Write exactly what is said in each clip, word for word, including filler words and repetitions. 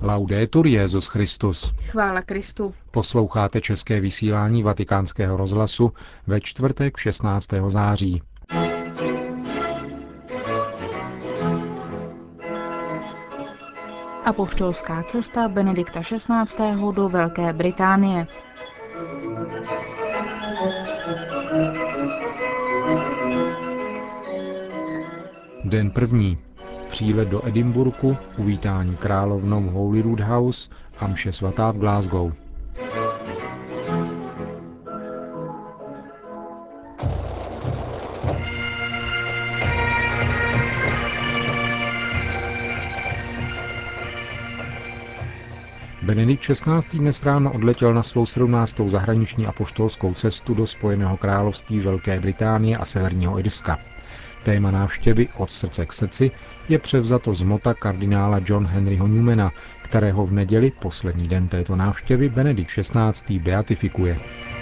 Laudetur Jesus Christus. Chvála Kristu. Posloucháte české vysílání Vatikánského rozhlasu ve čtvrtek šestnáctého září. Apoštolská cesta Benedikta šestnáctého. do Velké Británie. Den první. Přílet do Edinburghu, uvítání královnou v Holyrood House a mše svatá v Glasgow. Benedikt šestnáctý. dnes ráno odletěl na svou sedmnáctou zahraniční apoštolskou cestu do Spojeného království Velké Británie a Severního Irska. Téma návštěvy Od srdce k srdci je převzato z mota kardinála John Henryho Newmana, kterého v neděli, poslední den této návštěvy, Benedikt šestnáctý. beatifikuje.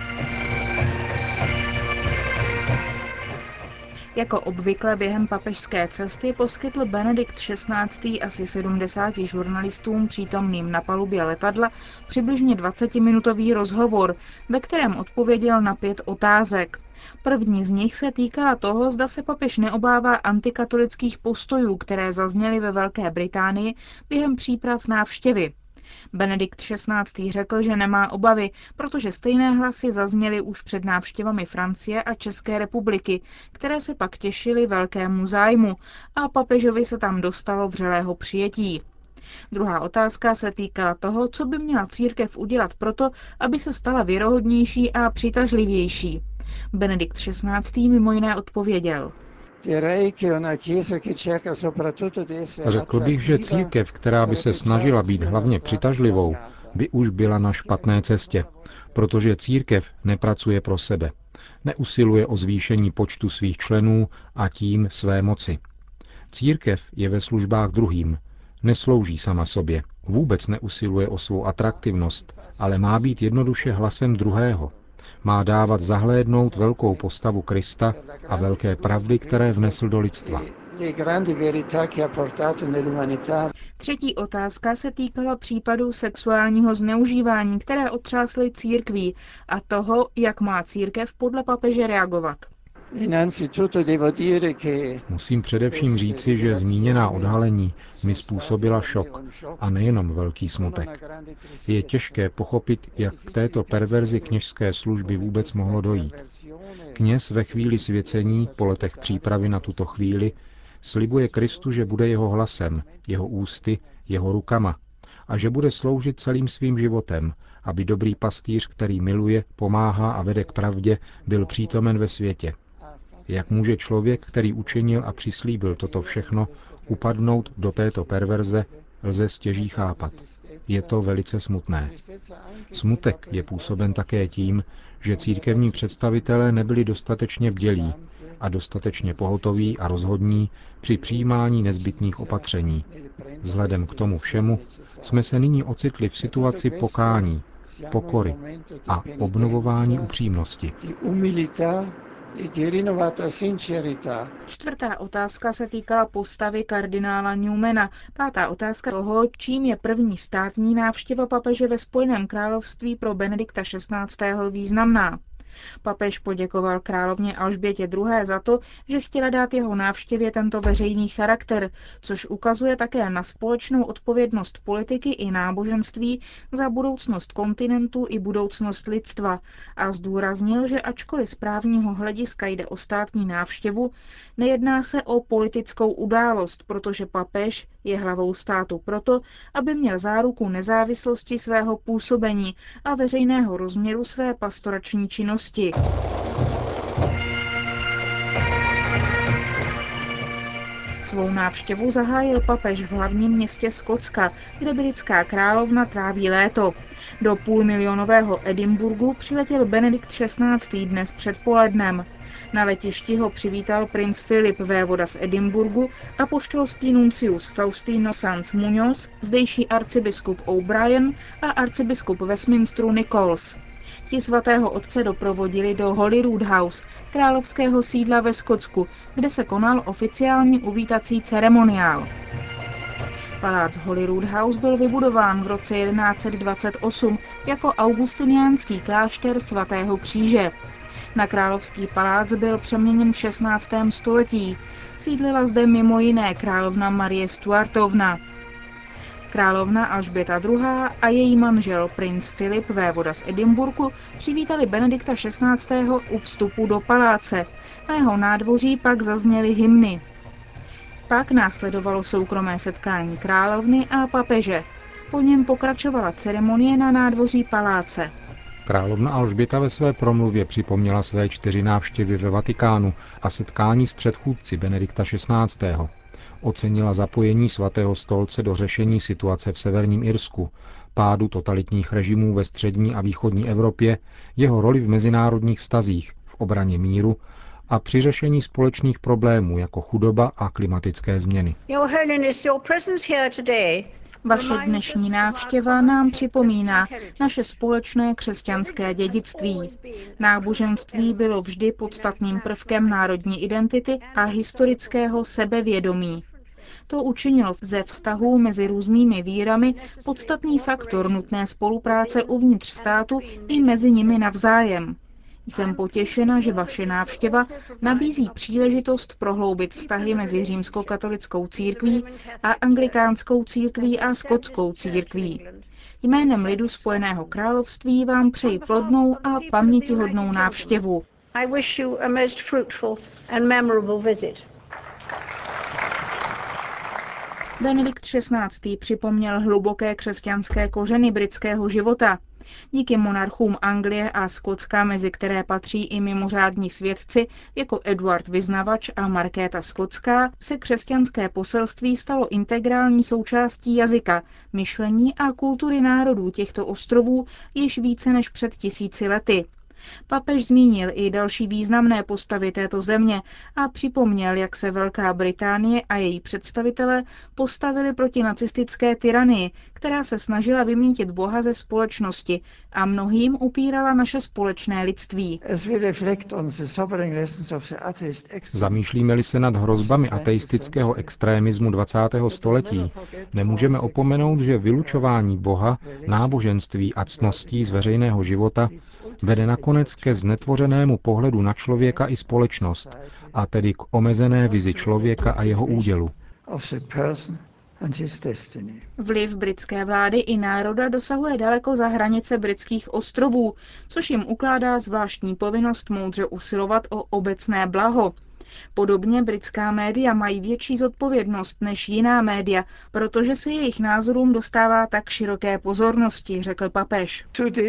Jako obvykle během papežské cesty poskytl Benedikt šestnáctý. asi sedmdesáti žurnalistům přítomným na palubě letadla přibližně dvacetiminutový rozhovor, ve kterém odpověděl na pět otázek. První z nich se týkala toho, zda se papež neobává antikatolických postojů, které zazněly ve Velké Británii během příprav návštěvy. Benedikt šestnáctý. řekl, že nemá obavy, protože stejné hlasy zazněly už před návštěvami Francie a České republiky, které se pak těšily velkému zájmu a papežovi se tam dostalo vřelého přijetí. Druhá otázka se týkala toho, co by měla církev udělat proto, aby se stala věrohodnější a přitažlivější. Benedikt šestnáctý. mimo jiné odpověděl. Řekl bych, že církev, která by se snažila být hlavně přitažlivou, by už byla na špatné cestě, protože církev nepracuje pro sebe. Neusiluje o zvýšení počtu svých členů a tím své moci. Církev je ve službách druhým, neslouží sama sobě, vůbec neusiluje o svou atraktivnost, ale má být jednoduše hlasem druhého. Má dávat zahlédnout velkou postavu Krista a velké pravdy, které vnesl do lidstva. Třetí otázka se týkala případů sexuálního zneužívání, které otřásly církví, a toho, jak má církev podle papeže reagovat. Musím především říci, že zmíněná odhalení mi způsobila šok a nejenom velký smutek. Je těžké pochopit, jak k této perverzi kněžské služby vůbec mohlo dojít. Kněz ve chvíli svěcení, po letech přípravy na tuto chvíli, slibuje Kristu, že bude jeho hlasem, jeho ústy, jeho rukama a že bude sloužit celým svým životem, aby dobrý pastýř, který miluje, pomáhá a vede k pravdě, byl přítomen ve světě. Jak může člověk, který učinil a přislíbil toto všechno, upadnout do této perverze, lze stěží chápat. Je to velice smutné. Smutek je působen také tím, že církevní představitelé nebyli dostatečně bdělí a dostatečně pohotoví a rozhodní při přijímání nezbytných opatření. Vzhledem k tomu všemu jsme se nyní ocitli v situaci pokání, pokory a obnovování upřímnosti. Čtvrtá otázka se týkala postavy kardinála Newmana. Pátá otázka toho, čím je první státní návštěva papeže ve Spojeném království pro Benedikta šestnáctého. významná. Papež poděkoval královně Alžbětě druhé. za to, že chtěla dát jeho návštěvě tento veřejný charakter, což ukazuje také na společnou odpovědnost politiky i náboženství za budoucnost kontinentu i budoucnost lidstva a zdůraznil, že ačkoliv z právního hlediska jde o státní návštěvu, nejedná se o politickou událost, protože papež je hlavou státu proto, aby měl záruku nezávislosti svého působení a veřejného rozměru své pastorační činnosti. Svou návštěvu zahájil papež v hlavním městě Skotska, kde britská královna tráví léto. Do půlmilionového Edinburghu přiletěl Benedikt šestnáctý. dnes předpolednem. Na letišti ho přivítal princ Filip, vévoda z Edinburghu, apoštolský nuncius Faustino Sanz Muñoz, zdejší arcibiskup O'Brien a arcibiskup Westminsteru Nichols. Ti svatého otce doprovodili do Holyrood House, královského sídla ve Skotsku, kde se konal oficiální uvítací ceremoniál. Palác Holyrood House byl vybudován v roce jedenáct set dvacet osm jako augustiniánský klášter svatého kříže. Na královský palác byl přeměněn v šestnáctém století. Sídlila zde mimo jiné královna Marie Stuartovna. Královna Alžběta druhá. a její manžel princ Filip, vévoda z Edinburghu, přivítali Benedikta šestnáctého. u vstupu do paláce. Na jeho nádvoří pak zazněly hymny. Pak následovalo soukromé setkání královny a papeže. Po něm pokračovala ceremonie na nádvoří paláce. Královna Alžběta ve své promluvě připomněla své čtyři návštěvy ve Vatikánu a setkání s předchůdci Benedikta šestnáctého. Ocenila zapojení svatého stolce do řešení situace v severním Irsku, pádu totalitních režimů ve střední a východní Evropě, jeho roli v mezinárodních vztazích, v obraně míru a při řešení společných problémů jako chudoba a klimatické změny. Vaše dnešní návštěva nám připomíná naše společné křesťanské dědictví. Náboženství bylo vždy podstatným prvkem národní identity a historického sebevědomí. To učinilo ze vztahů mezi různými vírami podstatný faktor nutné spolupráce uvnitř státu i mezi nimi navzájem. Jsem potěšena, že vaše návštěva nabízí příležitost prohloubit vztahy mezi římskokatolickou církví a anglikánskou církví a skotskou církví. Jménem lidu Spojeného království vám přeji plodnou a pamětihodnou návštěvu. Benedikt šestnáctý. připomněl hluboké křesťanské kořeny britského života. Díky monarchům Anglie a Skotska, mezi které patří i mimořádní svědci jako Eduard Vyznavač a Markéta Skotská, se křesťanské poselství stalo integrální součástí jazyka, myšlení a kultury národů těchto ostrovů již více než před tisíci lety. Papež zmínil i další významné postavy této země a připomněl, jak se Velká Británie a její představitelé postavili proti nacistické tyranii, která se snažila vymýtit Boha ze společnosti a mnohým upírala naše společné lidství. Zamýšlíme-li se nad hrozbami ateistického extrémismu dvacátého století, nemůžeme opomenout, že vylučování Boha, náboženství a ctností z veřejného života vede nakonec ke znetvořenému pohledu na člověka i společnost, a tedy k omezené vizi člověka a jeho údělu. Vliv britské vlády i národa dosahuje daleko za hranice britských ostrovů, což jim ukládá zvláštní povinnost moudře usilovat o obecné blaho. Podobně britská média mají větší zodpovědnost než jiná média, protože se jejich názorům dostává tak široké pozornosti, řekl papež.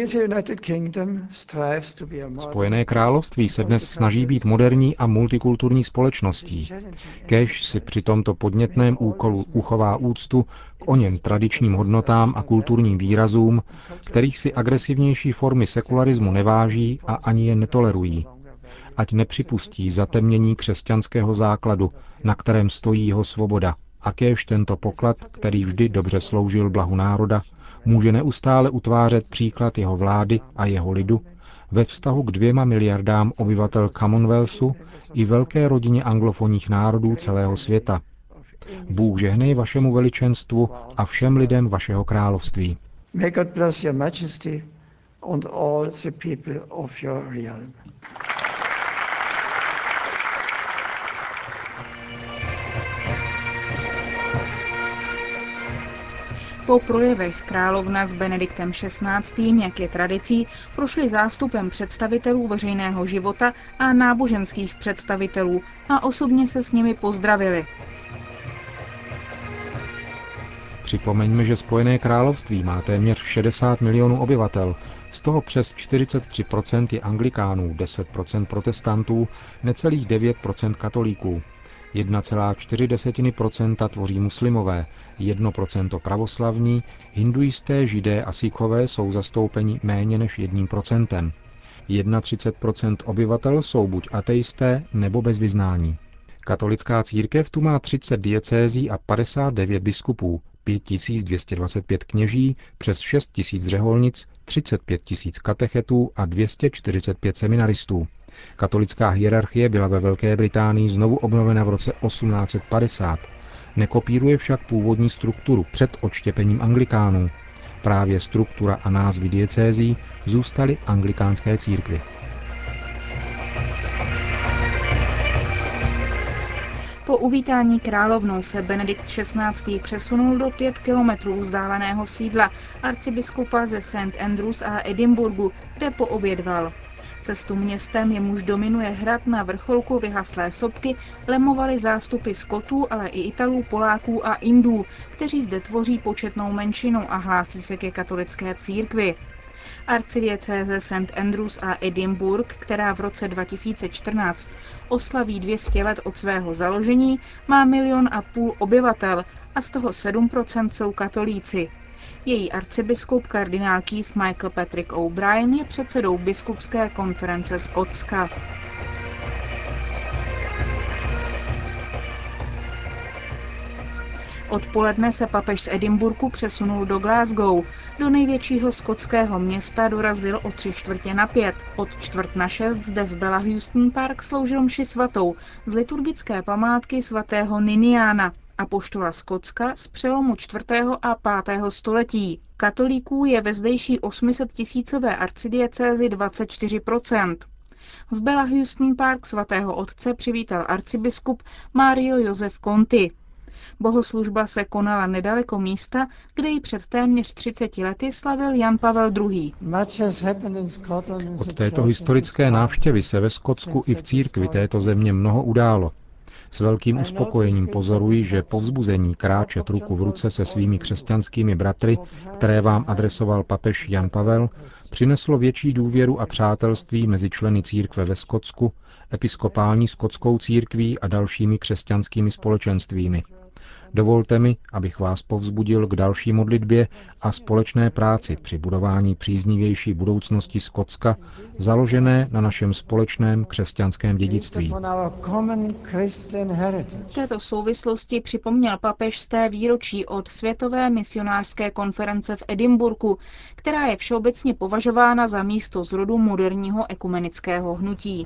Spojené království se dnes snaží být moderní a multikulturní společností. Kéž si při tomto podnětném úkolu uchová úctu k oněm tradičním hodnotám a kulturním výrazům, kterých si agresivnější formy sekularismu neváží a ani je netolerují. Ať nepřipustí zatemnění křesťanského základu, na kterém stojí jeho svoboda, a kéž tento poklad, který vždy dobře sloužil blahu národa, může neustále utvářet příklad jeho vlády a jeho lidu ve vztahu k dvěma miliardám obyvatel Commonwealthu i velké rodině anglofonních národů celého světa. Bůh žehnej vašemu veličenstvu a všem lidem vašeho království. May God bless your majesty and all the people of your realm. Po projevech královna s Benediktem šestnáctým. jak je tradicí, prošli zástupem představitelů veřejného života a náboženských představitelů a osobně se s nimi pozdravili. Připomeňme, že Spojené království má téměř šedesát milionů obyvatel, z toho přes čtyřicet tři procent je anglikánů, deset procent protestantů, necelých devět procent katolíků. jedna celá čtyři procenta tvoří muslimové, jedno procento pravoslavní, hinduisté, židé a sikhové jsou zastoupeni méně než jedním procentem. třicet jedna procent obyvatel jsou buď ateisté nebo bez vyznání. Katolická církev tu má třicet diecézí a padesát devět biskupů, pět tisíc dvě stě dvacet pět kněží, přes šest tisíc řeholnic, třicet pět tisíc katechetů a dvě stě čtyřicet pět seminaristů. Katolická hierarchie byla ve Velké Británii znovu obnovena v roce osmnáct set padesát. Nekopíruje však původní strukturu před odštěpením anglikánů. Právě struktura a názvy diecézí zůstaly anglikánské církvi. Po uvítání královnou se Benedikt šestnáctý. přesunul do pět kilometrů vzdáleného sídla arcibiskupa ze Saint Andrews a Edinburgu, kde poobědval. Cestu městem, jemuž dominuje hrad na vrcholku vyhaslé sopky, lemovaly zástupy Skotů, ale i Italů, Poláků a Indů, kteří zde tvoří početnou menšinu a hlásí se ke katolické církvi. Arcidiecéze Saint Andrews a Edinburgh, která v roce dva tisíce čtrnáct oslaví dvě stě let od svého založení, má milion a půl obyvatel a z toho sedm procent jsou katolíci. Její arcibiskup kardinál Keith Michael Patrick O'Brien je předsedou biskupské konference Skotska. Odpoledne se papež z Edinburghu přesunul do Glasgow. Do největšího skotského města dorazil o tři čtvrtě na pět. Od čtvrt na šest zde v Bellahouston Park sloužil mši svatou z liturgické památky svatého Niniana, apoštola Skotska z přelomu čtvrtého a pátého století. Katolíků je ve zdejší osmisettisícové arcidiecézi dvacet čtyři procent. V Bellahouston Park svatého otce přivítal arcibiskup Mario Josef Conti. Bohoslužba se konala nedaleko místa, kde ji před téměř třiceti lety slavil Jan Pavel druhý. Od této historické návštěvy se ve Skotsku i v církvi této země mnoho událo. S velkým uspokojením pozoruji, že povzbuzení kráčet ruku v ruce se svými křesťanskými bratry, které vám adresoval papež Jan Pavel, přineslo větší důvěru a přátelství mezi členy církve ve Skotsku, episkopální skotskou církví a dalšími křesťanskými společenstvími. Dovolte mi, abych vás povzbudil k další modlitbě a společné práci při budování příznivější budoucnosti Skotska, založené na našem společném křesťanském dědictví. V této souvislosti připomněl papež z té výročí od Světové misionářské konference v Edinburghu, která je všeobecně považována za místo zrodu moderního ekumenického hnutí.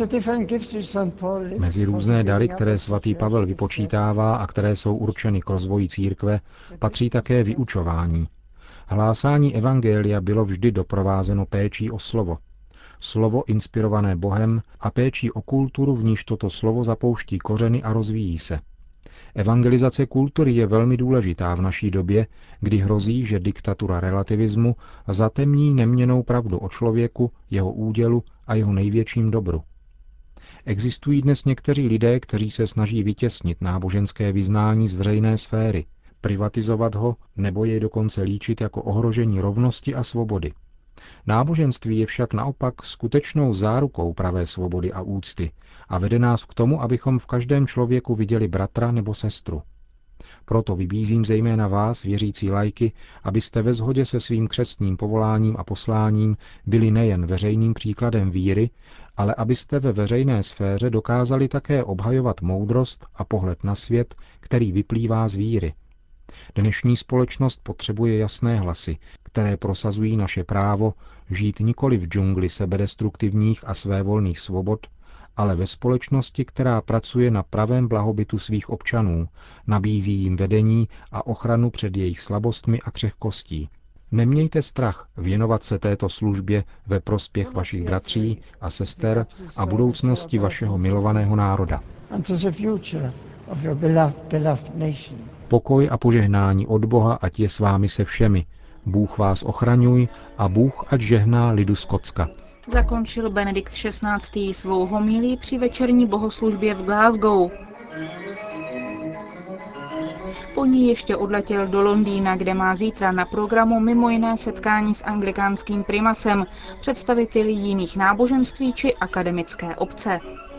Mezi různé dary, které svatý Pavel vypočítává a které jsou určeny k rozvoji církve, patří také vyučování. Hlásání evangelia bylo vždy doprovázeno péčí o slovo. Slovo inspirované Bohem a péčí o kulturu, v níž toto slovo zapouští kořeny a rozvíjí se. Evangelizace kultury je velmi důležitá v naší době, kdy hrozí, že diktatura relativismu zatemní neměnnou pravdu o člověku, jeho údělu a jeho největším dobru. Existují dnes někteří lidé, kteří se snaží vytěsnit náboženské vyznání z veřejné sféry, privatizovat ho nebo jej dokonce líčit jako ohrožení rovnosti a svobody. Náboženství je však naopak skutečnou zárukou pravé svobody a úcty a vede nás k tomu, abychom v každém člověku viděli bratra nebo sestru. Proto vybízím zejména vás, věřící laiky, abyste ve shodě se svým křestním povoláním a posláním byli nejen veřejným příkladem víry, ale abyste ve veřejné sféře dokázali také obhajovat moudrost a pohled na svět, který vyplývá z víry. Dnešní společnost potřebuje jasné hlasy, které prosazují naše právo žít nikoli v džungli sebedestruktivních a svévolných svobod, ale ve společnosti, která pracuje na pravém blahobytu svých občanů, nabízí jim vedení a ochranu před jejich slabostmi a křehkostí. Nemějte strach věnovat se této službě ve prospěch vašich bratří a sester a budoucnosti vašeho milovaného národa. Pokoj a požehnání od Boha ať je s vámi se všemi. Bůh vás ochraňuj a Bůh ať žehná lidu Skotska. Zakončil Benedikt šestnáctý. svou homilii při večerní bohoslužbě v Glasgow. Po ní ještě odletěl do Londýna, kde má zítra na programu mimo jiné setkání s anglikánským primasem, představiteli jiných náboženství či akademické obce.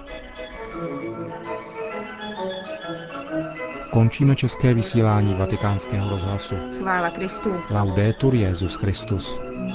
Končíme české vysílání Vatikánského rozhlasu. Chvála Kristu. Laudetur Jesus Christus.